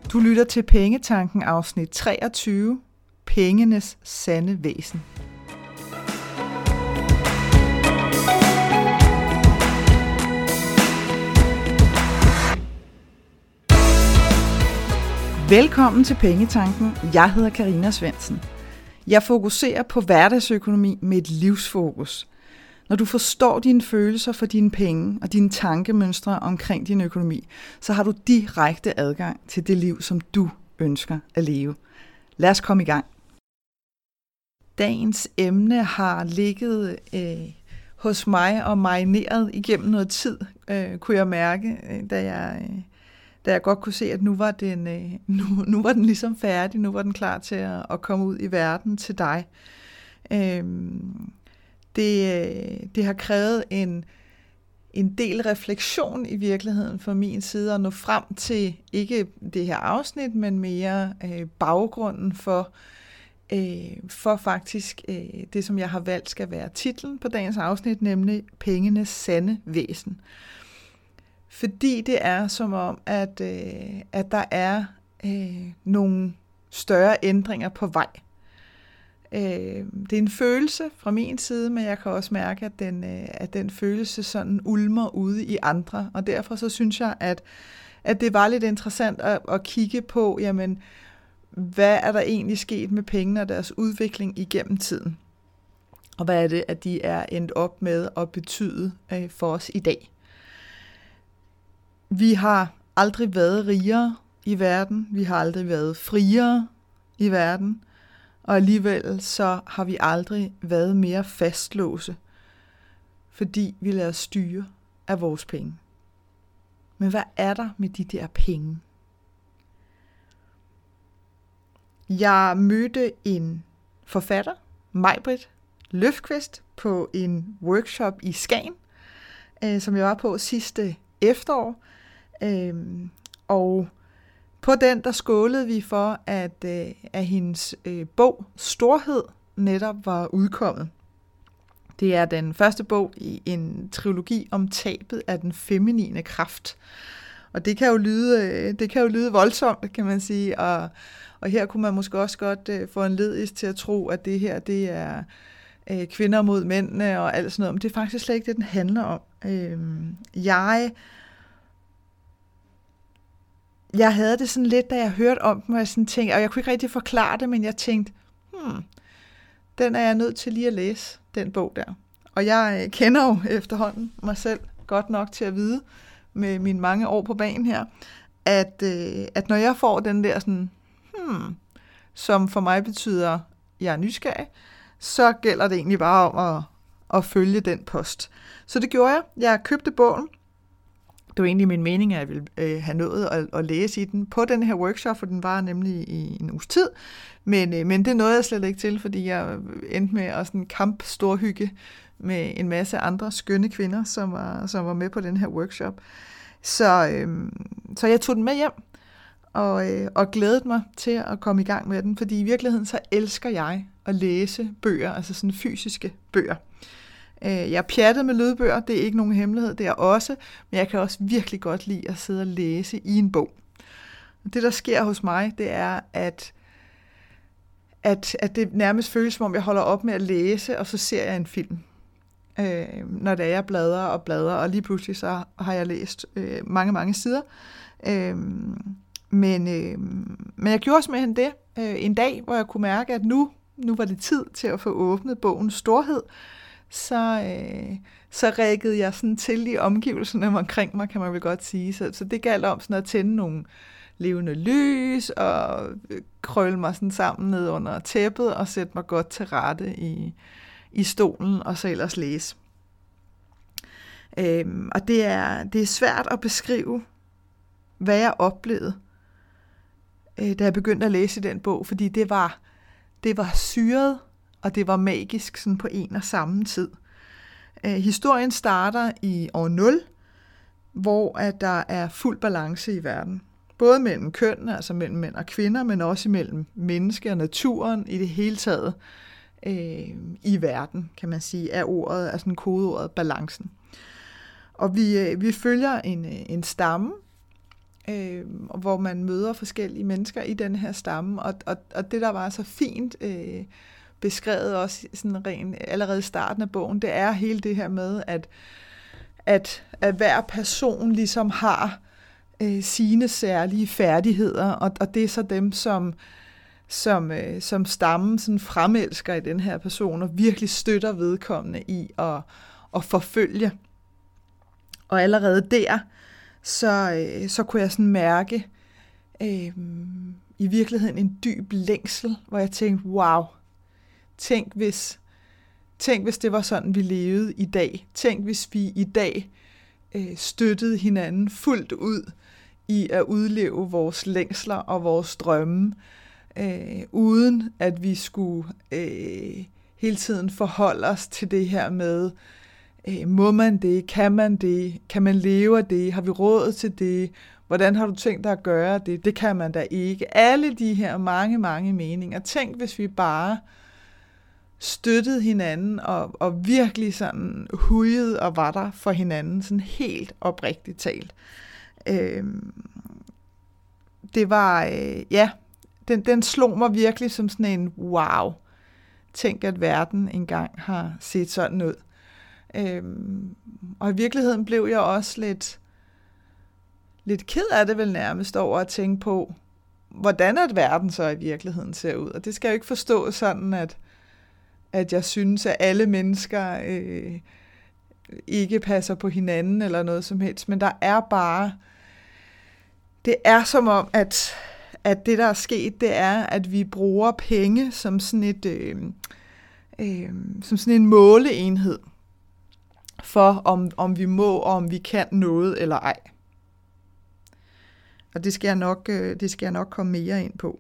Du lytter til Pengetanken afsnit 23, Pengenes sande væsen. Velkommen til Pengetanken. Jeg hedder Karina Svendsen. Jeg fokuserer på hverdagsøkonomi med et livsfokus. Når du forstår dine følelser for dine penge og dine tankemønstre omkring din økonomi, så har du direkte adgang til det liv, som du ønsker at leve. Lad os komme i gang. Dagens emne har ligget hos mig og marineret igennem noget tid, kunne jeg mærke, da jeg godt kunne se, at nu var den ligesom færdig, nu var den klar til at komme ud i verden til dig. Det har krævet en del refleksion i virkeligheden fra min side at nå frem til, ikke det her afsnit, men mere baggrunden for faktisk det, som jeg har valgt skal være titlen på dagens afsnit, nemlig Pengenes sande væsen. Fordi det er som om, at der er nogle større ændringer på vej. Det er en følelse fra min side, men jeg kan også mærke, at den følelse sådan ulmer ude i andre. Og derfor så synes jeg, at det var lidt interessant at kigge på, jamen, hvad er der egentlig sket med pengene og deres udvikling igennem tiden? Og hvad er det, at de er endt op med at betyde for os i dag? Vi har aldrig været rigere i verden. Vi har aldrig været friere i verden. Og alligevel så har vi aldrig været mere fastlåse, fordi vi lader os styre af vores penge. Men hvad er der med de der penge? Jeg mødte en forfatter, Maj-Britt Løfqvist, på en workshop i Skagen, som jeg var på sidste efterår. Og på den, der skålede vi for, at hendes bog Storhed netop var udkommet. Det er den første bog i en trilogi om tabet af den feminine kraft. Og det kan jo lyde voldsomt, kan man sige. Og her kunne man måske også godt få en ledis til at tro, at det her det er kvinder mod mændene og alt sådan noget. Men det er faktisk slet ikke det, den handler om. Jeg havde det sådan lidt, da jeg hørte om dem, og jeg sådan tænkte, og jeg kunne ikke rigtig forklare det, men jeg tænkte, den er jeg nødt til lige at læse, den bog der. Og jeg kender jo efterhånden mig selv godt nok til at vide, med mine mange år på banen her, at når jeg får den der sådan, som for mig betyder, jeg er nysgerrig, så gælder det egentlig bare om at følge den post. Så det gjorde jeg. Jeg købte bogen. Det var egentlig min mening, at jeg ville have nået at læse i den på den her workshop, for den var nemlig i en uges tid. Men det nåede jeg slet ikke til, fordi jeg endte med at sådan storhygge med en masse andre skønne kvinder, som var med på den her workshop. Så jeg tog den med hjem og glædede mig til at komme i gang med den, fordi i virkeligheden så elsker jeg at læse bøger, altså sådan fysiske bøger. Jeg er pjattet med lydbøger, det er ikke nogen hemmelighed, det er også, men jeg kan også virkelig godt lide at sidde og læse i en bog. Det, der sker hos mig, det er, at det nærmest føles, som om jeg holder op med at læse, og så ser jeg en film. Når det er, jeg bladrer, og lige pludselig så har jeg læst mange, mange sider. Men jeg gjorde simpelthen det en dag, hvor jeg kunne mærke, at nu var det tid til at få åbnet bogen Storhed. Så rækkede jeg sådan til i omgivelserne omkring mig, kan man vel godt sige. Så det galt om sådan at tænde nogle levende lys og krølle mig sådan sammen ned under tæppet og sætte mig godt til rette i stolen og så ellers læse. Og det er svært at beskrive, hvad jeg oplevede, da jeg begyndte at læse i den bog, fordi det var syret, og det var magisk sådan på en og samme tid. Historien starter i år 0, hvor at der er fuld balance i verden. Både mellem kønnene, altså mellem mænd og kvinder, men også mellem menneske og naturen i det hele taget i verden, kan man sige, er ordet, altså kodeordet balancen. Og vi følger en stamme, hvor man møder forskellige mennesker i den her stamme, og det, der var så fint beskrevet også sådan rent allerede i starten af bogen, det er hele det her med, at hver person ligesom har sine særlige færdigheder, og det er så dem, som stammen sådan fremelsker i den her person, og virkelig støtter vedkommende i at forfølge. Og allerede der, så kunne jeg sådan mærke i virkeligheden en dyb længsel, hvor jeg tænkte, wow, tænk hvis det var sådan, vi levede i dag. Tænk hvis vi i dag støttede hinanden fuldt ud i at udleve vores længsler og vores drømme, uden at vi skulle hele tiden forholde os til det her med, må man det, kan man leve af det, har vi råd til det, hvordan har du tænkt dig at gøre det, det kan man da ikke. Alle de her mange meninger. Tænk, hvis vi bare støttede hinanden og virkelig sådan hujede og var der for hinanden, sådan helt oprigtigt talt. Det var, den slog mig virkelig som sådan en wow. Tænk, at verden engang har set sådan ud. Og i virkeligheden blev jeg også lidt ked af det vel nærmest over at tænke på, hvordan at verden så i virkeligheden ser ud. Og det skal jo ikke forstå sådan, at jeg synes, at alle mennesker ikke passer på hinanden eller noget som helst. Men der er bare, det er som om, at det, der er sket, det er, at vi bruger penge som sådan en måleenhed for, om vi må, og om vi kan noget eller ej. Og det skal jeg nok komme mere ind på.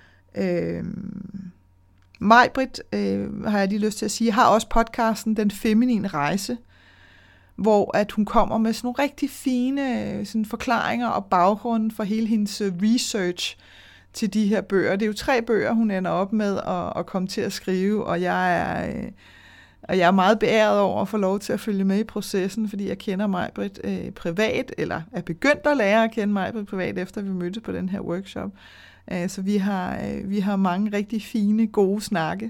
Maj-Britt, har jeg lige lyst til at sige, har også podcasten Den Feminine Rejse, hvor at hun kommer med sådan nogle rigtig fine sådan forklaringer og baggrunden for hele hendes research til de her bøger. Det er jo 3 bøger, hun ender op med at komme til at skrive, og jeg er meget beæret over at få lov til at følge med i processen, fordi jeg kender Maj-Britt privat, eller er begyndt at lære at kende Maj-Britt privat, efter vi mødtes på den her workshop. Så vi har mange rigtig fine, gode snakke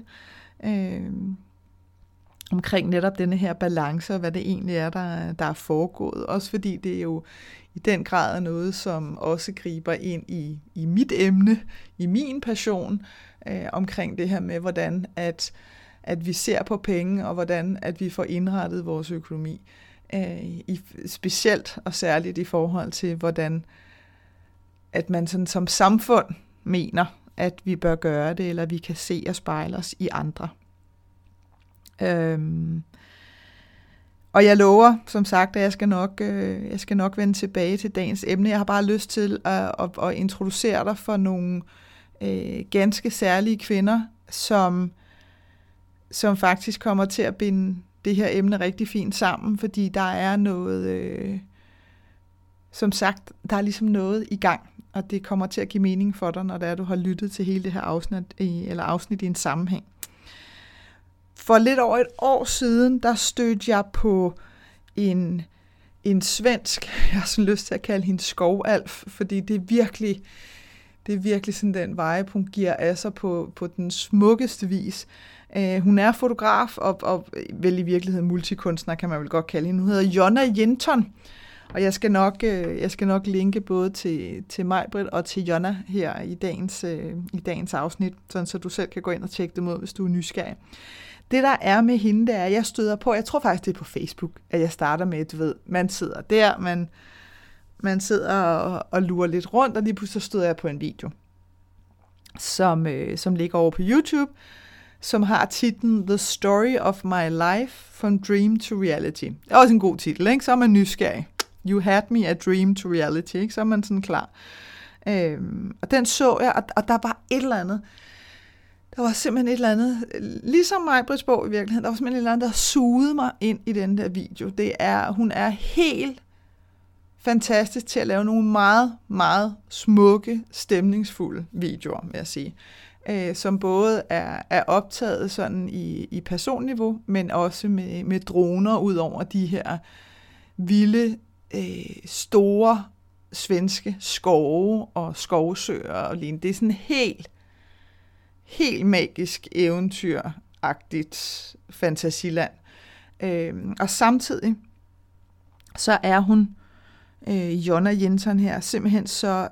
omkring netop denne her balance, og hvad det egentlig er, der er foregået. Også fordi det jo i den grad er noget, som også griber ind i mit emne, i min passion, omkring det her med, hvordan at vi ser på penge, og hvordan at vi får indrettet vores økonomi. Specielt og særligt i forhold til, hvordan at man sådan som samfund mener, at vi bør gøre det, eller vi kan se og spejle os i andre. Og jeg lover, som sagt, at jeg skal nok vende tilbage til dagens emne. Jeg har bare lyst til at introducere dig for nogle ganske særlige kvinder, som faktisk kommer til at binde det her emne rigtig fint sammen, fordi der er noget, som sagt, der er ligesom noget i gang, og det kommer til at give mening for dig, når det er, du har lyttet til hele det her afsnit i en sammenhæng. For lidt over et år siden, der stødte jeg på en svensk, jeg har sådan lyst til at kalde hende Skovalf, fordi det er virkelig sådan den vibe, hun giver af sig på den smukkeste vis. Hun er fotograf og vel i virkeligheden multikunstner, kan man vel godt kalde hende. Hun hedder Jonna Jinton, og jeg skal nok linke både til Maj-Britt og til Jonna her i dagens afsnit, sådan så du selv kan gå ind og tjekke dem ud, hvis du er nysgerrig. Det, der er med hende, det er, at jeg støder på, jeg tror faktisk, det er på Facebook, at jeg starter med, du ved, man sidder der, man sidder og lurer lidt rundt, og lige pludselig støder jeg på en video, som ligger over på YouTube, som har titlen The Story of My Life from Dream to Reality. Det er også en god titel, ikke? Så er man nysgerrig. You had me at dream to reality, ikke? Så er man sådan klar. Og den så jeg, og der var et eller andet. Der var simpelthen et eller andet, ligesom Maj-Britts bog i virkeligheden, der var simpelthen et eller andet, der sugede mig ind i den der video. Hun er helt fantastisk til at lave nogle meget, meget smukke, stemningsfulde videoer, vil jeg sige. Som både er optaget sådan i personniveau, men også med droner ud over de her vilde, store svenske skove og skovsøer og lignende. Det er sådan helt magisk eventyragtigt fantasiland. Og samtidig så er hun, Jonna Jensen her, simpelthen så,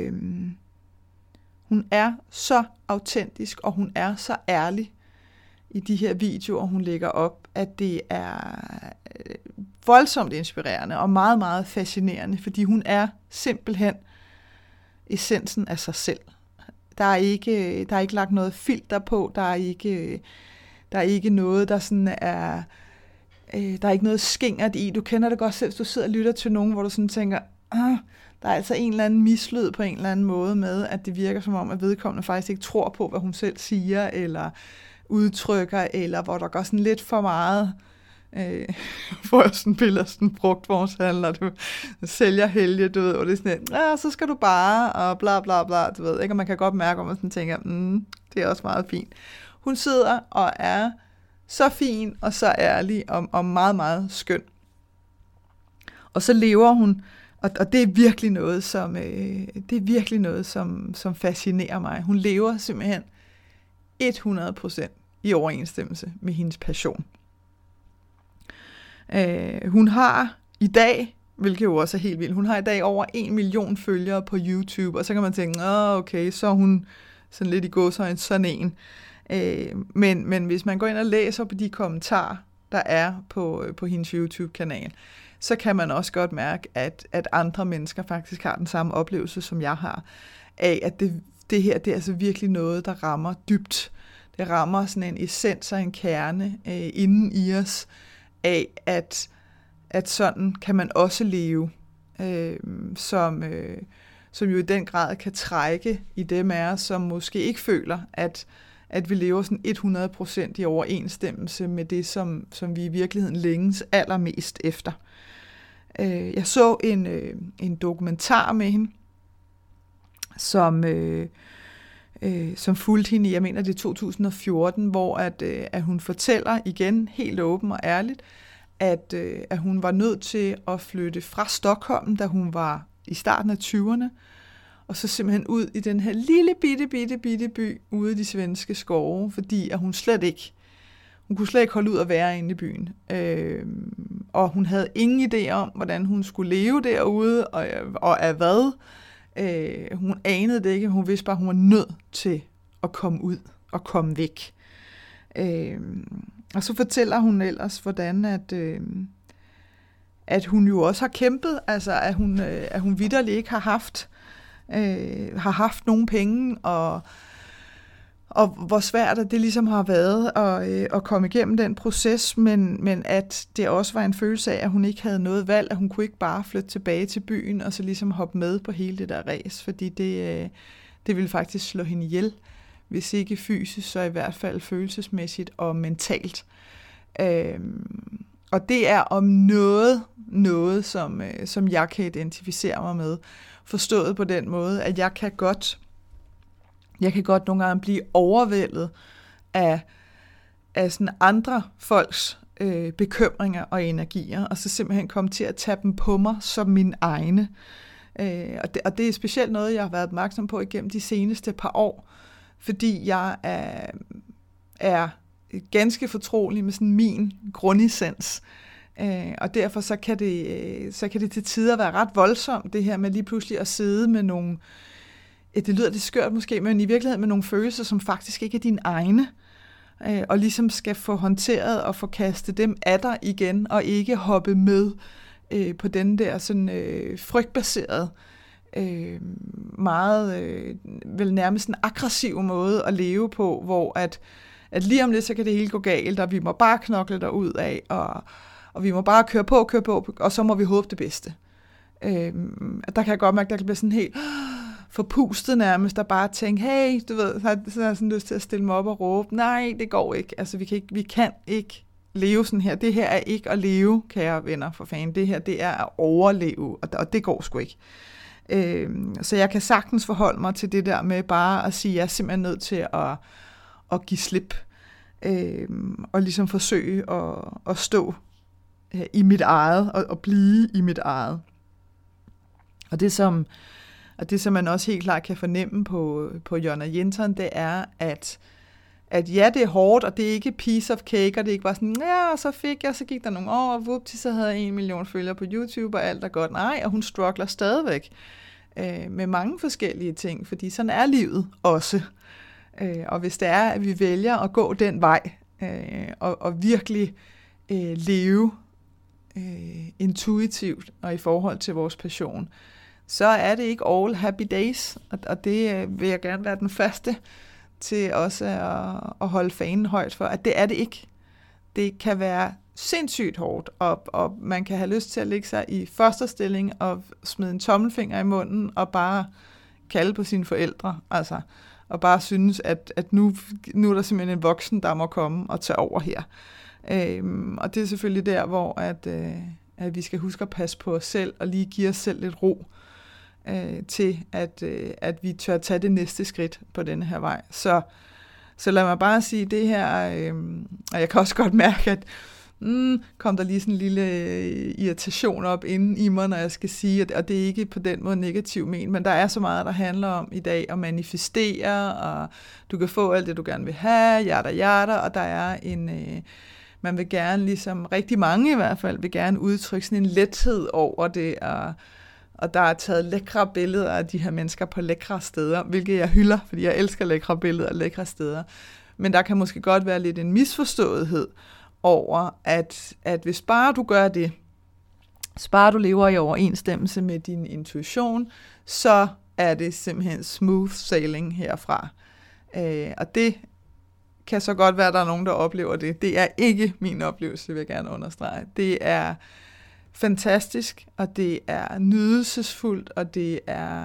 hun er så autentisk, og hun er så ærlig i de her videoer, hun lægger op, at det er voldsomt inspirerende og meget, meget fascinerende, fordi hun er simpelthen essensen af sig selv. Der er ikke lagt noget filter på, der er ikke noget, der sådan er, der er ikke noget skingert i. Du kender det godt selv, hvis du sidder og lytter til nogen, hvor du sådan tænker, der er altså en eller anden mislyd på en eller anden måde med, at det virker som om, at vedkommende faktisk ikke tror på, hvad hun selv siger, eller udtrykker, eller hvor der går sådan lidt for meget, får jeg sådan billeder, sådan brugtvognshandler, du sælger helge, du ved, og det er sådan, så skal du bare, og bla bla bla, du ved, ikke, og man kan godt mærke, om man sådan tænker, det er også meget fint. Hun sidder og er så fin, og så ærlig, og meget, meget skøn. Og så lever hun, og det er virkelig noget, som fascinerer mig. Hun lever simpelthen 100% i overensstemmelse med hendes passion. Hun har i dag, hvilket jo også er helt vildt, hun har i dag over 1 million følgere på YouTube, og så kan man tænke, okay, så er hun sådan lidt i gåseøjne sådan en. Men hvis man går ind og læser på de kommentarer, der er på hendes YouTube-kanal, så kan man også godt mærke, at andre mennesker faktisk har den samme oplevelse, som jeg har, af at det her, det er altså virkelig noget, der rammer dybt. Det rammer sådan en essens og en kerne inden i os, af at sådan kan man også leve, som jo i den grad kan trække i dem af os, som måske ikke føler, at vi lever sådan 100% i overensstemmelse med det, som vi i virkeligheden længes allermest efter. Jeg så en dokumentar med hende, som fulgte hende i, jeg mener det er 2014, hvor at hun fortæller igen helt åben og ærligt, at hun var nødt til at flytte fra Stockholm, da hun var i starten af 20'erne, og så simpelthen ud i den her lille bitte by ude i de svenske skove, fordi at hun kunne slet ikke holde ud at være inde i byen. Og hun havde ingen idé om, hvordan hun skulle leve derude, og af hvad. Hun anede det ikke, hun vidste bare, at hun var nødt til at komme ud og komme væk. Og så fortæller hun ellers, hvordan at hun jo også har kæmpet, altså at hun vitterligt ikke har haft nogen penge, og hvor svært det ligesom har været at komme igennem den proces, men at det også var en følelse af, at hun ikke havde noget valg, at hun kunne ikke bare flytte tilbage til byen, og så ligesom hoppe med på hele det der ræs, fordi det ville faktisk slå hende ihjel, hvis ikke fysisk, så i hvert fald følelsesmæssigt og mentalt. Og det er om noget som jeg kan identificere mig med, forstået på den måde, at jeg kan godt nogle gange blive overvældet af sådan andre folks bekymringer og energier, og så simpelthen komme til at tage dem på mig som mine egne. Og det er specielt noget, jeg har været opmærksom på igennem de seneste par år, fordi jeg er ganske fortrolig med sådan min grundessens. Og derfor så kan det til tider være ret voldsomt, det her med lige pludselig at sidde med nogle, det lyder lidt skørt måske, men i virkeligheden med nogle følelser, som faktisk ikke er dine egne, og ligesom skal få håndteret og få kastet dem af dig igen, og ikke hoppe med på den der sådan frygtbaserede, meget vel nærmest en aggressiv måde at leve på, hvor at lige om lidt, så kan det hele gå galt, og vi må bare knokle derud af, og vi må bare køre på, og så må vi håbe det bedste. Der kan jeg godt mærke, der kan blive sådan helt forpustet nærmest, der bare tænke, hey, du ved, så har jeg sådan lyst til at stille mig op og råbe, nej, det går ikke, altså vi kan ikke leve sådan her, det her er ikke at leve, kære venner, for fanden, det her, det er at overleve, og det går sgu ikke. Så jeg kan sagtens forholde mig til det der med bare at sige, at jeg er simpelthen nødt til at give slip, og ligesom forsøge at stå i mit eget, og blive i mit eget. Og det, som man også helt klart kan fornemme på Jonna Jensen, det er, at ja, det er hårdt, og det er ikke piece of cake, og det er ikke bare sådan, ja, så gik der nogle år, og vupti, så havde jeg 1 million følgere på YouTube, og alt er godt. Nej, og hun struggler stadigvæk med mange forskellige ting, fordi sådan er livet også. Og hvis det er, at vi vælger at gå den vej, og virkelig leve intuitivt og i forhold til vores passion, så er det ikke all happy days, og det vil jeg gerne være den første til også at holde fanen højt for, at det er det ikke. Det kan være sindssygt hårdt, og man kan have lyst til at lægge sig i fosterstilling og smide en tommelfinger i munden og bare kalde på sine forældre, altså, og bare synes, at nu er der simpelthen en voksen, der må komme og tage over her. Og det er selvfølgelig der, hvor at vi skal huske at passe på os selv og lige give os selv lidt ro til, at vi tør tage det næste skridt på denne her vej. Så lad mig bare sige det her, og jeg kan også godt mærke, at kom der lige sådan en lille irritation op inden i mig, når jeg skal sige, og det er ikke på den måde negativ men, men der er så meget, der handler om i dag at manifestere, og du kan få alt det, du gerne vil have, jada, og der er man vil gerne, ligesom rigtig mange i hvert fald, vil gerne udtrykke sådan en lethed over det, og der er taget lækre billeder af de her mennesker på lækre steder, hvilket jeg hylder, fordi jeg elsker lækre billeder af lækre steder. Men der kan måske godt være lidt en misforståethed over, at hvis bare du gør det, hvis bare du lever i overensstemmelse med din intuition, så er det simpelthen smooth sailing herfra. Og det kan så godt være, at der er nogen, der oplever det. Det er ikke min oplevelse, vil jeg gerne understrege. Det er fantastisk, og det er nydelsesfuldt, og det er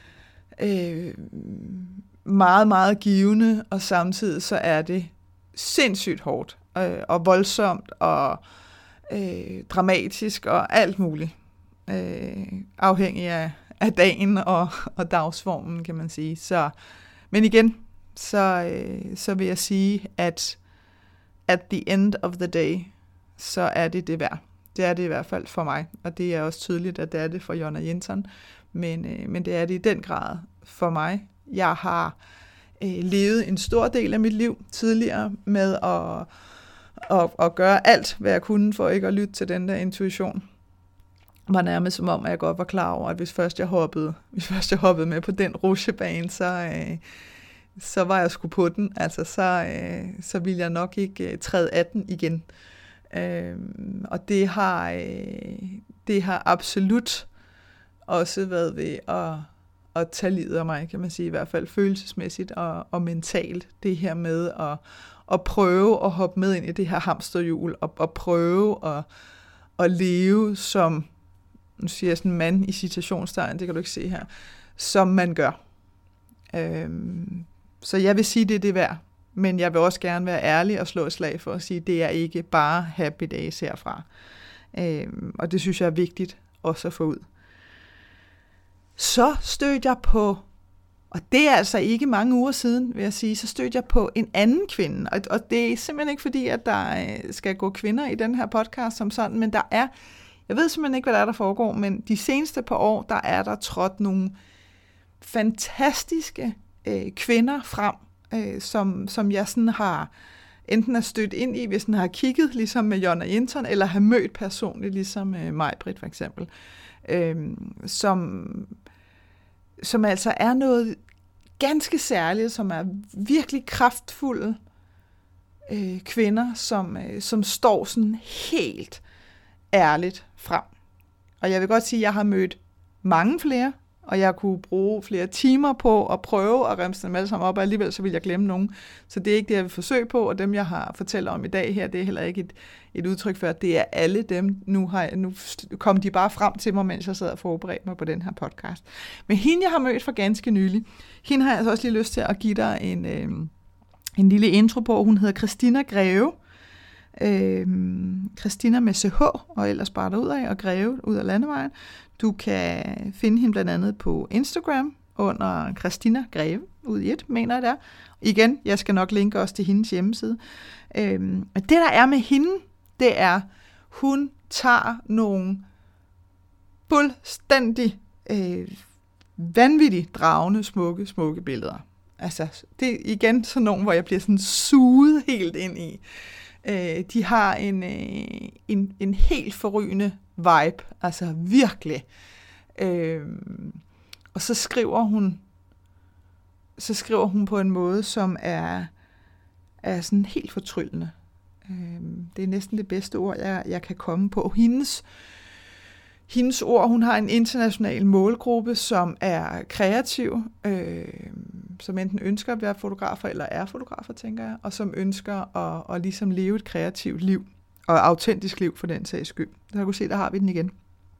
meget, meget givende, og samtidig så er det sindssygt hårdt, og voldsomt, og dramatisk, og alt muligt. Afhængig af dagen og dagsformen, kan man sige. Men igen, så vil jeg sige, at at the end of the day, så er det værd. Det er det i hvert fald for mig, og det er også tydeligt, at det er det for Jonna Jensen, men det er det i den grad for mig. Jeg har levet en stor del af mit liv tidligere med at gøre alt, hvad jeg kunne for ikke at lytte til den der intuition. Det var nærmest som om, at jeg godt var klar over, at hvis først jeg hoppede med på den rutsjebane, så var jeg sgu på den. Altså, så ville jeg nok ikke træde af den igen. Og det har absolut også været ved at tage livet af mig, kan man sige, i hvert fald følelsesmæssigt og mentalt. Det her med at prøve at hoppe med ind i det her hamsterhjul, og prøve at leve som, nu siger jeg sådan mand i citationstegn, det kan du ikke se her, som man gør. Så jeg vil sige, det er det værd. Men jeg vil også gerne være ærlig og slå et slag for at sige, at det er ikke bare happy days herfra. Og det synes jeg er vigtigt også at få ud. Så stødte jeg på, og det er altså ikke mange uger siden, vil jeg sige, så stødte jeg på en anden kvinde. Og det er simpelthen ikke fordi, at der skal gå kvinder i den her podcast som sådan, men jeg ved simpelthen ikke, hvad der foregår, men de seneste par år, der er der trådt nogle fantastiske kvinder frem, som jeg sådan har enten er stødt ind i, hvis den har kigget, ligesom med Jonna Jensen, eller har mødt personligt, ligesom Maj-Britt for eksempel, som altså er noget ganske særligt, som er virkelig kraftfulde kvinder, som står sådan helt ærligt frem. Og jeg vil godt sige, at jeg har mødt mange flere, og jeg kunne bruge flere timer på at prøve at remse dem alle sammen op, og alligevel så vil jeg glemme nogen. Så det er ikke det, jeg vil forsøge på, og dem, jeg har fortalt om i dag her, det er heller ikke et udtryk for, at det er alle dem. Nu kom de bare frem til mig, mens jeg sad og forberedte mig på den her podcast. Men hende, jeg har mødt for ganske nylig, hende har jeg altså også lige lyst til at give dig en lille intro på. Hun hedder Christina Greve. Christina med CH, og ellers bare derudad, og Greve ud af landevejen. Du kan finde hende blandt andet på Instagram under Christina Greve, ud i et, mener jeg der. Igen, jeg skal nok linke også til hendes hjemmeside. Det der er med hende, det er, hun tager nogle fuldstændig vanvittigt dragende, smukke billeder. Altså, det er igen sådan nogle, hvor jeg bliver sådan suget helt ind i. De har en helt forrygende vibe, altså virkelig. Og så skriver hun på en måde, som er sådan helt fortryllende. Det er næsten det bedste ord, jeg kan komme på. Hendes ord, hun har en international målgruppe, som er kreativ, som enten ønsker at være fotografer, eller er fotografer, tænker jeg, og som ønsker at ligesom leve et kreativt liv, og autentisk liv for den sags skyld. Der kan du se, der har vi den igen.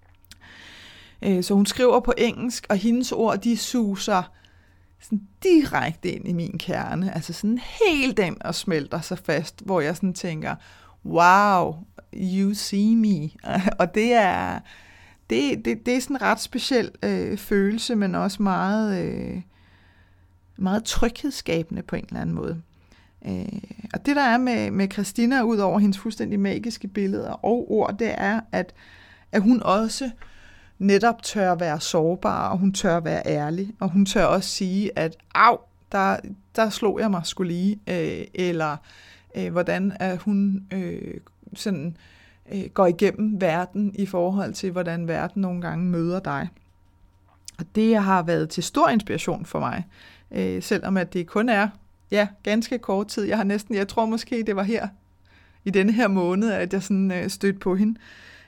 Så hun skriver på engelsk, og hendes ord, de suser sådan direkte ind i min kerne, altså sådan helt ind og smelter sig fast, hvor jeg sådan tænker, wow, you see me. Og det er sådan en ret speciel følelse, men også meget, meget tryghedsskabende på en eller anden måde. Og det der er med Christina, ud over hendes fuldstændig magiske billeder og ord, det er, at hun også netop tør være sårbar, og hun tør være ærlig, og hun tør også sige, at der slog jeg mig sgu lige, eller hvordan at hun sådan går igennem verden i forhold til, hvordan verden nogle gange møder dig. Og det har været til stor inspiration for mig, selvom at det kun er ganske kort tid. Jeg tror måske, det var her i denne her måned, at jeg sådan stødte på hende.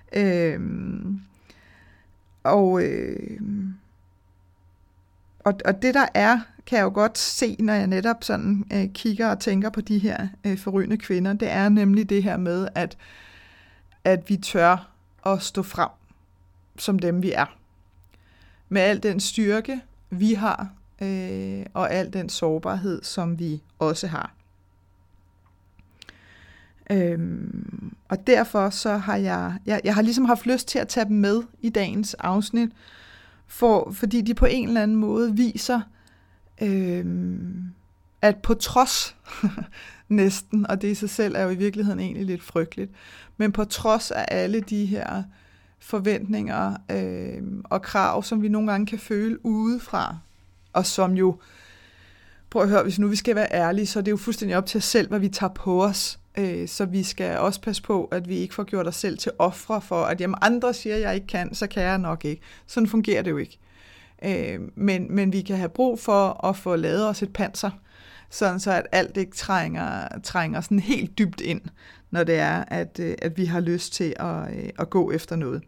Og det der er, kan jeg jo godt se, når jeg netop sådan kigger og tænker på de her forrygende kvinder, det er nemlig det her med, at vi tør at stå frem som dem vi er. Med al den styrke, vi har, og al den sårbarhed, som vi også har. Og derfor så har jeg har ligesom haft lyst til at tage dem med i dagens afsnit, fordi de på en eller anden måde viser, at på trods næsten, og det i sig selv er jo i virkeligheden egentlig lidt frygteligt, men på trods af alle de her forventninger og krav, som vi nogle gange kan føle udefra, og som jo, prøv at høre, hvis nu vi skal være ærlige, så er det jo fuldstændig op til os selv, hvad vi tager på os. Så vi skal også passe på, at vi ikke får gjort os selv til ofre for, at jamen, andre siger, at jeg ikke kan, så kan jeg nok ikke. Sådan fungerer det jo ikke. Men vi kan have brug for at få lavet os et panser, sådan så at alt ikke trænger sådan helt dybt ind, når det er, at vi har lyst til at gå efter noget.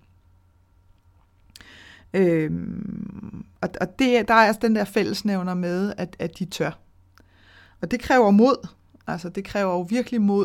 Og der er altså den der fællesnævner med, at de tør. Og det kræver mod. Altså det kræver jo virkelig mod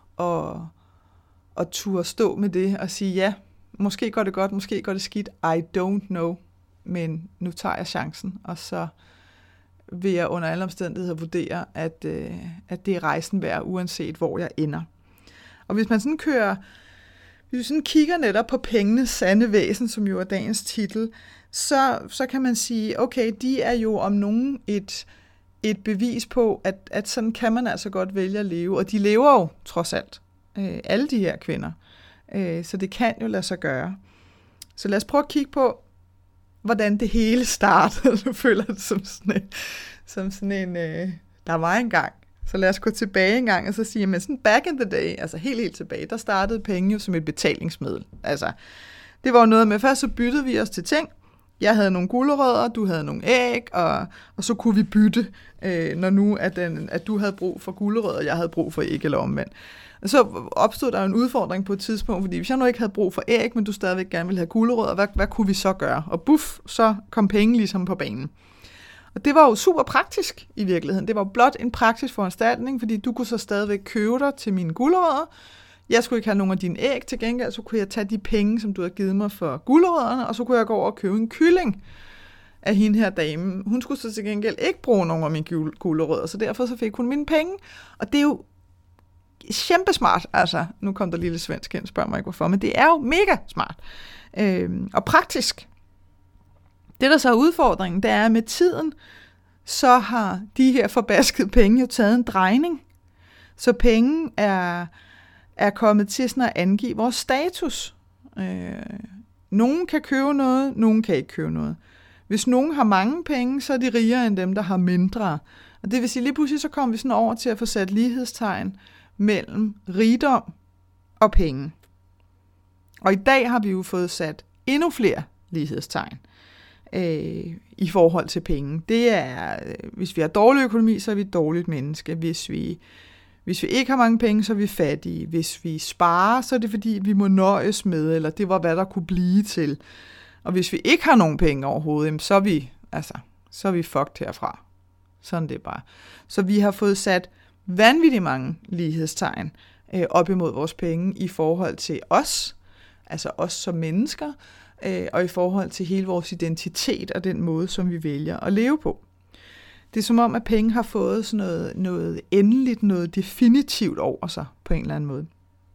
at turde stå med det og sige, ja, måske går det godt, måske går det skidt, I don't know, men nu tager jeg chancen, og så vil jeg under alle omstændigheder vurdere, at det er rejsen værd, uanset hvor jeg ender. Og hvis man sådan kigger netop på pengenes sande væsen, som jo er dagens titel, så kan man sige, okay, de er jo om nogen et bevis på, at sådan kan man altså godt vælge at leve, og de lever jo trods alt, alle de her kvinder, så det kan jo lade sig gøre. Så lad os prøve at kigge på, hvordan det hele startede. Du føler det som sådan en der var engang. Så lad os gå tilbage en gang og så sige, men sådan back in the day, altså helt tilbage, der startede penge jo som et betalingsmiddel. Altså, det var jo noget med, først så byttede vi os til ting. Jeg havde nogle gulerødder, du havde nogle æg, og så kunne vi bytte, når nu at du havde brug for gulerødder, og jeg havde brug for æg eller omvendt. Og så opstod der en udfordring på et tidspunkt, fordi hvis jeg nu ikke havde brug for æg, men du stadigvæk gerne ville have gulerødder, hvad kunne vi så gøre? Og buff, så kom penge ligesom på banen. Og det var jo super praktisk i virkeligheden. Det var blot en praktisk foranstaltning, fordi du kunne så stadigvæk købe dig til mine gulerødder. Jeg skulle ikke have nogen af dine æg, til gengæld så kunne jeg tage de penge, som du havde givet mig for gulerødderne, og så kunne jeg gå over og købe en kylling af hende her dame. Hun skulle så til gengæld ikke bruge nogen af mine gulerødder, så derfor så fik hun mine penge. Og det er jo kæmpesmart. Altså, nu kom der lille svensk ind, spørg mig ikke hvorfor, men det er jo mega smart. Og praktisk. Det, der så er udfordringen, det er, at med tiden, så har de her forbaskede penge jo taget en drejning. Så penge er kommet til sådan at angive vores status. nogen kan købe noget, nogen kan ikke købe noget. Hvis nogen har mange penge, så er de rigere end dem, der har mindre. Og det vil sige, lige pludselig så kommer vi sådan over til at få sat lighedstegn mellem rigdom og penge. Og i dag har vi jo fået sat endnu flere lighedstegn i forhold til penge. Det er, hvis vi har dårlig økonomi, så er vi et dårligt menneske. Hvis vi ikke har mange penge, så er vi fattige. Hvis vi sparer, så er det fordi, vi må nøjes med, eller det var, hvad der kunne blive til. Og hvis vi ikke har nogen penge overhovedet, så er vi fucked herfra. Sådan det er bare. Så vi har fået sat vanvittigt mange lighedstegn op imod vores penge i forhold til os, altså os som mennesker, og i forhold til hele vores identitet og den måde, som vi vælger at leve på. Det er som om, at penge har fået sådan noget endeligt, noget definitivt over sig på en eller anden måde.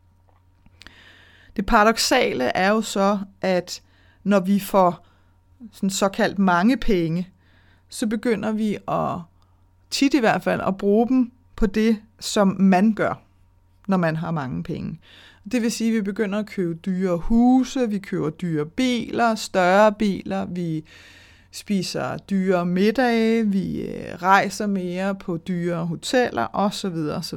Det paradoksale er jo så, at når vi får sådan såkaldt mange penge, så begynder vi tit i hvert fald at bruge dem på det, som man gør, når man har mange penge. Det vil sige, at vi begynder at købe dyre huse, vi køber dyre biler, større biler, vi spiser dyre middage, vi rejser mere på dyre hoteller osv. osv.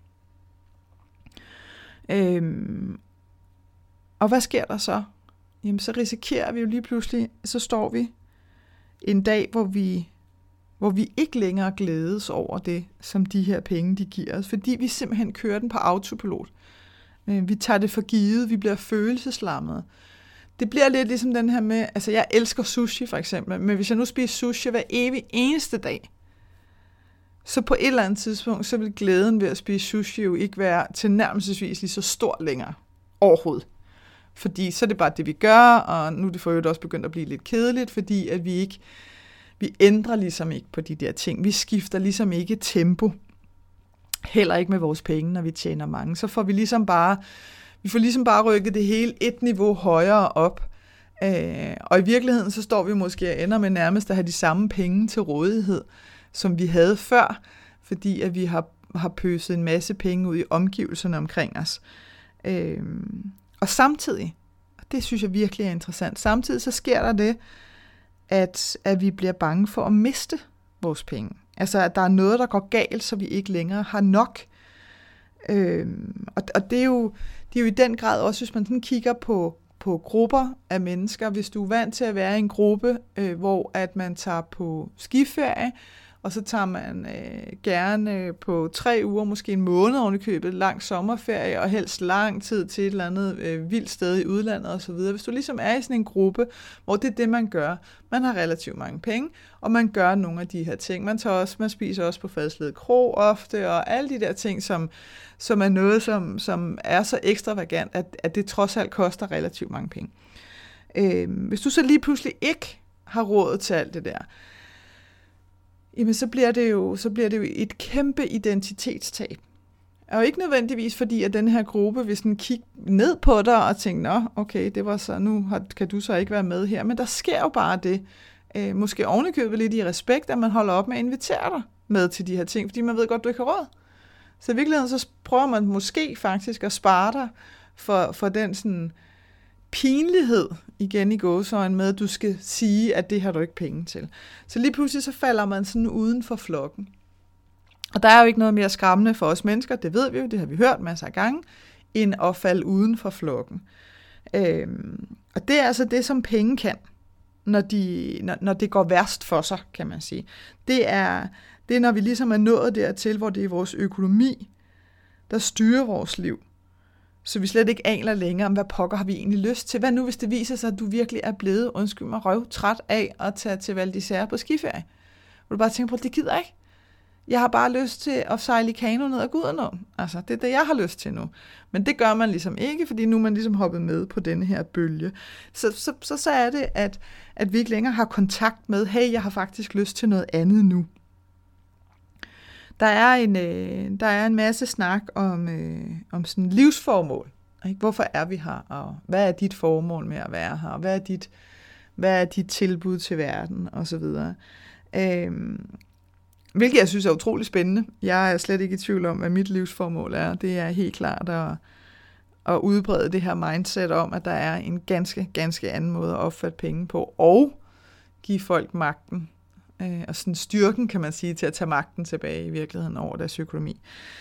Og hvad sker der så? Jamen, så risikerer vi jo lige pludselig, så står vi en dag, hvor vi ikke længere glædes over det, som de her penge, de giver os, fordi vi simpelthen kører den på autopilot. Vi tager det for givet, vi bliver følelseslammede. Det bliver lidt ligesom den her med, altså jeg elsker sushi for eksempel, men hvis jeg nu spiser sushi hver evig eneste dag, så på et eller andet tidspunkt, så vil glæden ved at spise sushi jo ikke være tilnærmelsesvis lige så stor længere overhovedet. Fordi så er det bare det, vi gør, og nu er det for øvrigt også begyndt at blive lidt kedeligt, fordi at vi ændrer ligesom ikke på de der ting. Vi skifter ligesom ikke tempo. Heller ikke med vores penge, når vi tjener mange. Så får vi ligesom bare rykket det hele et niveau højere op. Og i virkeligheden, så står vi måske og ender med nærmest at have de samme penge til rådighed, som vi havde før, fordi at vi har pøset en masse penge ud i omgivelserne omkring os. Og samtidig, og det synes jeg virkelig er interessant, samtidig så sker der det, at vi bliver bange for at miste vores penge. Altså, at der er noget, der går galt, så vi ikke længere har nok. Og det er jo i den grad også, hvis man sådan kigger på grupper af mennesker. Hvis du er vant til at være i en gruppe, hvor at man tager på skiferie, og så tager man gerne på 3 uger, måske en måned ovenikøbet, lang sommerferie, og helst lang tid til et eller andet vildt sted i udlandet osv. Hvis du ligesom er i sådan en gruppe, hvor det er det, man gør, man har relativt mange penge, og man gør nogle af de her ting. Man spiser også på Fadsled Kro ofte, og alle de der ting, som er noget, som er så ekstravagant, at det trods alt koster relativt mange penge. Hvis du så lige pludselig ikke har råd til alt det der, jamen så bliver det jo et kæmpe identitetstab. Og ikke nødvendigvis fordi, at den her gruppe vil sådan kigge ned på dig og tænke, nå, okay, det var så, kan du så ikke være med her. Men der sker jo bare det, måske ovenikøbet lidt i respekt, at man holder op med at invitere dig med til de her ting, fordi man ved godt, du ikke har råd. Så i virkeligheden, så prøver man måske faktisk at spare dig for den sådan pinlighed, igen i gåseøjne med, at du skal sige, at det har du ikke penge til. Så lige pludselig så falder man sådan uden for flokken. Og der er jo ikke noget mere skræmmende for os mennesker, det ved vi jo, det har vi hørt masser af gange, end at falde uden for flokken. Og det er altså det, som penge kan, når det går værst for sig, kan man sige. Det er når vi ligesom er nået dertil, hvor det er vores økonomi, der styrer vores liv. Så vi slet ikke aner længere om, hvad pokker har vi egentlig lyst til. Hvad nu, hvis det viser sig, at du virkelig er blevet, undskyld mig, røvtræt af at tage til Val d'Isère på skiferie? Hvor du bare tænker på, det gider jeg ikke. Jeg har bare lyst til at sejle i kano ned ad Gudenåen. Altså, det er det, jeg har lyst til nu. Men det gør man ligesom ikke, fordi nu er man ligesom hoppet med på denne her bølge. Så er det, at vi ikke længere har kontakt med, hey, jeg har faktisk lyst til noget andet nu. Der er en masse snak om sådan livsformål. Ikke? Hvorfor er vi her, og hvad er dit formål med at være her, og hvad er dit tilbud til verden, og så videre. Hvilket jeg synes er utrolig spændende. Jeg er slet ikke i tvivl om, hvad mit livsformål er. Det er helt klart at udbrede det her mindset om, at der er en ganske, ganske anden måde at opfatte penge på, og give folk magten, og sådan styrken, kan man sige, til at tage magten tilbage i virkeligheden over deres økonomi.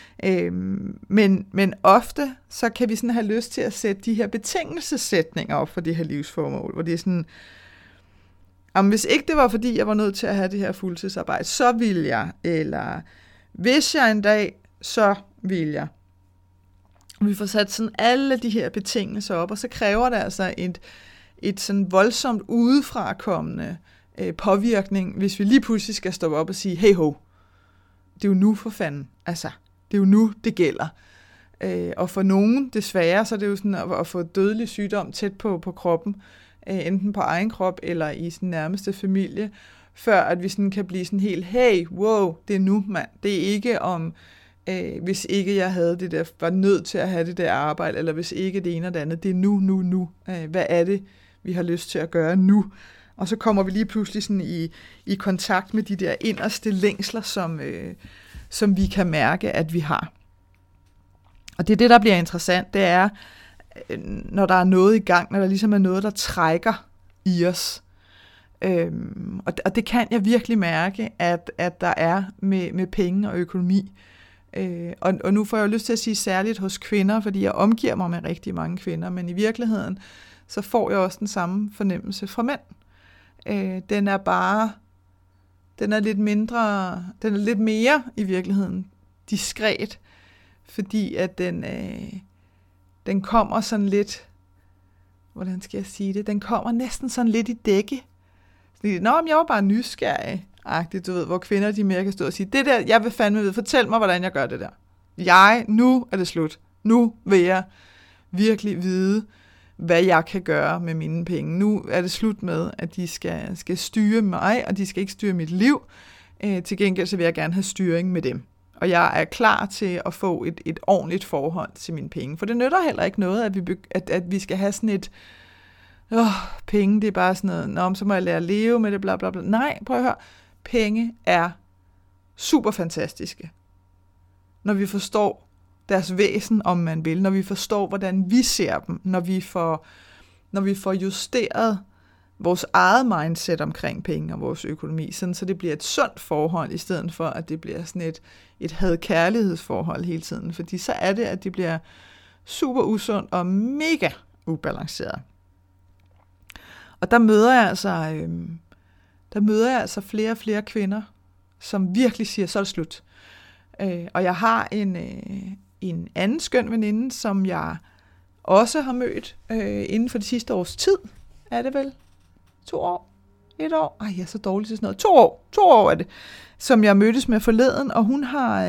Men ofte, så kan vi sådan have lyst til at sætte de her betingelsessætninger op for det her livsformål, hvor det er sådan, hvis ikke det var fordi, jeg var nødt til at have det her fuldtidsarbejde, så ville jeg, eller hvis jeg en dag, så vil jeg. Vi får sat sådan alle de her betingelser op, og så kræver det altså et sådan voldsomt udefrakommende påvirkning, hvis vi lige pludselig skal stoppe op og sige, hey ho, det er jo nu for fanden, altså, det er jo nu, det gælder. Og for nogen, desværre, så er det jo sådan at få dødelig sygdom tæt på kroppen, enten på egen krop eller i sin nærmeste familie, før at vi sådan kan blive sådan helt, hey, wow, det er nu, mand. Det er ikke om, hvis ikke jeg havde det der, var nødt til at have det der arbejde, eller hvis ikke det ene og det andet. Det er nu. Hvad er det, vi har lyst til at gøre nu? Og så kommer vi lige pludselig sådan i kontakt med de der inderste længsler, som vi kan mærke, at vi har. Og det er det, der bliver interessant, det er, når der er noget i gang, når der ligesom er noget, der trækker i os. Og det kan jeg virkelig mærke, at der er med penge og økonomi. Og nu får jeg jo lyst til at sige særligt hos kvinder, fordi jeg omgiver mig med rigtig mange kvinder, men i virkeligheden, så får jeg også den samme fornemmelse fra mænd. Den er lidt mindre, den er lidt mere i virkeligheden diskret, fordi at den kommer sådan lidt, hvordan skal jeg sige det, den kommer næsten sådan lidt i dække. Men jeg var bare nysgerrig-agtigt, du ved, hvor kvinder de mere kan stå og sige, det der, jeg vil fandme vide, fortæl mig, hvordan jeg gør det der. Nu er det slut. Nu vil jeg virkelig vide, hvad jeg kan gøre med mine penge. Nu er det slut med, at de skal styre mig, og de skal ikke styre mit liv. Til gengæld så vil jeg gerne have styring med dem. Og jeg er klar til at få et ordentligt forhold til mine penge. For det nytter heller ikke noget, at vi skal have sådan et, penge, det er bare sådan noget, så må jeg lære at leve med det, bla bla bla. Nej, prøv at høre. Penge er super fantastiske. Når vi forstår deres væsen, om man vil, når vi forstår, hvordan vi ser dem, når vi får justeret vores eget mindset omkring penge og vores økonomi, sådan, så det bliver et sundt forhold, i stedet for, at det bliver sådan et had-kærlighedsforhold hele tiden. Fordi så er det, at det bliver super usundt og mega ubalanceret. Og der møder jeg altså flere og flere kvinder, som virkelig siger, så er det slut. Og jeg har en anden skøn veninde, som jeg også har mødt inden for det sidste års tid. Er det vel? 2 år? 1 år? Ej, jeg er så dårlig til sådan noget. 2 år! 2 år er det, som jeg mødtes med forleden, og hun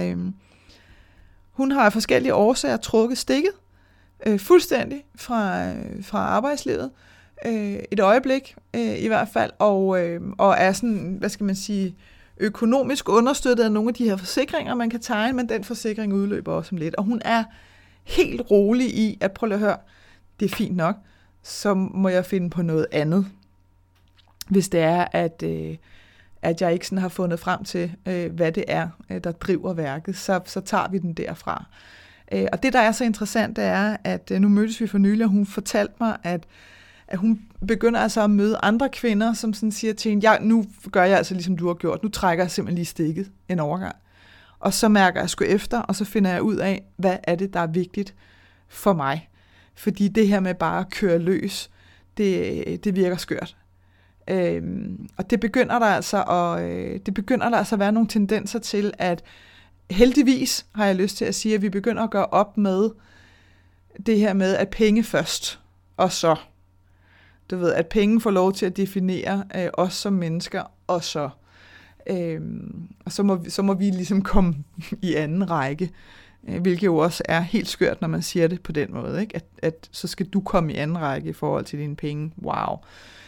har af forskellige årsager trukket stikket fuldstændig fra arbejdslivet. Et øjeblik i hvert fald, og er sådan, hvad skal man sige, økonomisk understøttet af nogle af de her forsikringer, man kan tegne, men den forsikring udløber også om lidt. Og hun er helt rolig i, at prøv at høre, det er fint nok, så må jeg finde på noget andet. Hvis det er, at jeg ikke sådan har fundet frem til, hvad det er, der driver værket, så tager vi den derfra. Og det, der er så interessant, det er, at nu mødtes vi for nylig, og hun fortalte mig, at hun begynder altså at møde andre kvinder, som sådan siger til hende, nu gør jeg altså ligesom du har gjort, nu trækker jeg simpelthen lige stikket en overgang. Og så mærker jeg sgu efter, og så finder jeg ud af, hvad er det, der er vigtigt for mig. Fordi det her med bare at køre løs, det virker skørt. Og det begynder der altså at være nogle tendenser til, at heldigvis har jeg lyst til at sige, at vi begynder at gøre op med det her med, at penge først, og så, du ved, at penge får lov til at definere os som mennesker, og så. Og så må vi ligesom komme i anden række, hvilket jo også er helt skørt, når man siger det på den måde, ikke? At så skal du komme i anden række i forhold til dine penge. Wow.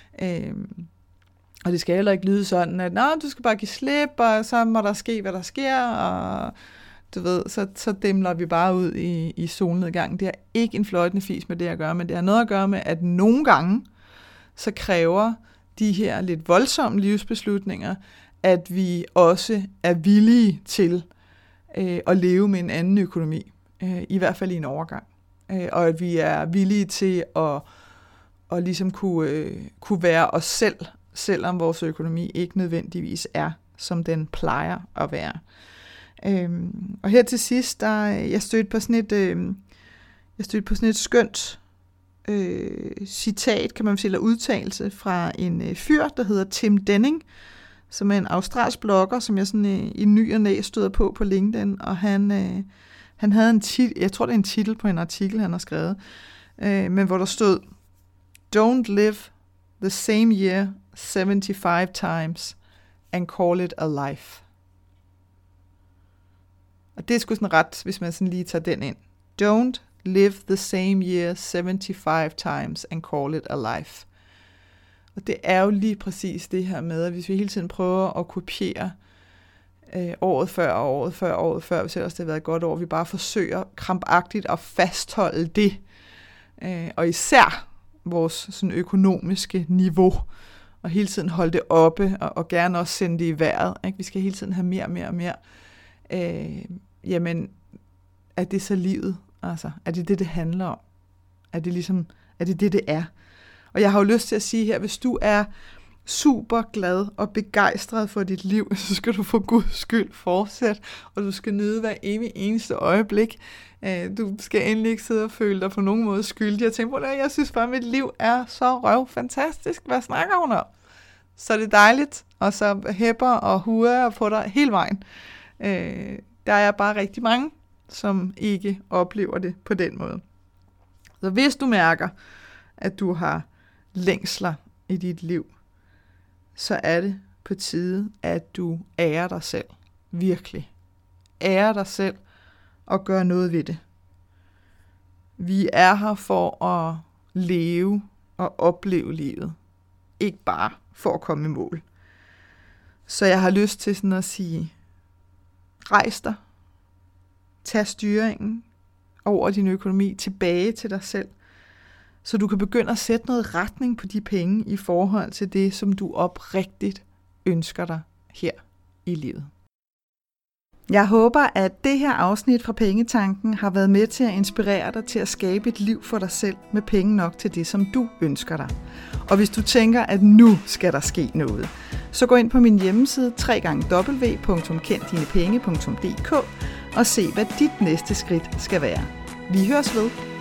Og det skal heller ikke lyde sådan, at du skal bare give slip, og så må der ske, hvad der sker, og du ved, så dæmler vi bare ud i solnedgangen. Det har ikke en fløjtende fis med det at gøre, men det har noget at gøre med, at nogle gange, så kræver de her lidt voldsomme livsbeslutninger, at vi også er villige til at leve med en anden økonomi, i hvert fald i en overgang. og at vi er villige til at ligesom kunne være os selv, selvom vores økonomi ikke nødvendigvis er, som den plejer at være. Og her til sidst, jeg stødte på sådan et skønt citat, kan man sige, eller udtalelse fra en fyr, der hedder Tim Denning, som er en australsk blogger, som jeg sådan i ny og næ støder på LinkedIn, og han havde en titel, jeg tror det er en titel på en artikel, han har skrevet, men hvor der stod, "Don't live the same year 75 times and call it a life." Og det er sgu sådan ret, hvis man sådan lige tager den ind. Don't live the same year 75 times and call it a life. Og det er jo lige præcis det her med, at hvis vi hele tiden prøver at kopiere året før, hvis ellers det har været et godt år, vi bare forsøger krampagtigt at fastholde det, og især vores sådan økonomiske niveau, og hele tiden holde det oppe, og gerne også sende det i vejret. Ikke? Vi skal hele tiden have mere. Jamen, er det så livet? Altså, er det det handler om? Er det det er? Og jeg har jo lyst til at sige her, hvis du er super glad og begejstret for dit liv, så skal du for Guds skyld fortsætte, og du skal nyde hver eneste øjeblik. Du skal endelig ikke sidde og føle dig på nogen måde skyldig. Jeg tænker på det, jeg synes bare, at mit liv er så fantastisk. Hvad snakker hun om? Så er det dejligt, og så hæpper og huer på dig hele vejen. Der er bare rigtig mange, som ikke oplever det på den måde. Så hvis du mærker, at du har længsler i dit liv, så er det på tide, at du ærer dig selv. Virkelig. Ærer dig selv og gør noget ved det. Vi er her for at leve og opleve livet. Ikke bare for at komme i mål. Så jeg har lyst til sådan at sige, rejs dig. Tag styringen over din økonomi tilbage til dig selv, så du kan begynde at sætte noget retning på de penge i forhold til det, som du oprigtigt ønsker dig her i livet. Jeg håber, at det her afsnit fra Pengetanken har været med til at inspirere dig til at skabe et liv for dig selv med penge nok til det, som du ønsker dig. Og hvis du tænker, at nu skal der ske noget, så gå ind på min hjemmeside www.kenddinepenge.dk og se, hvad dit næste skridt skal være. Vi høres ved.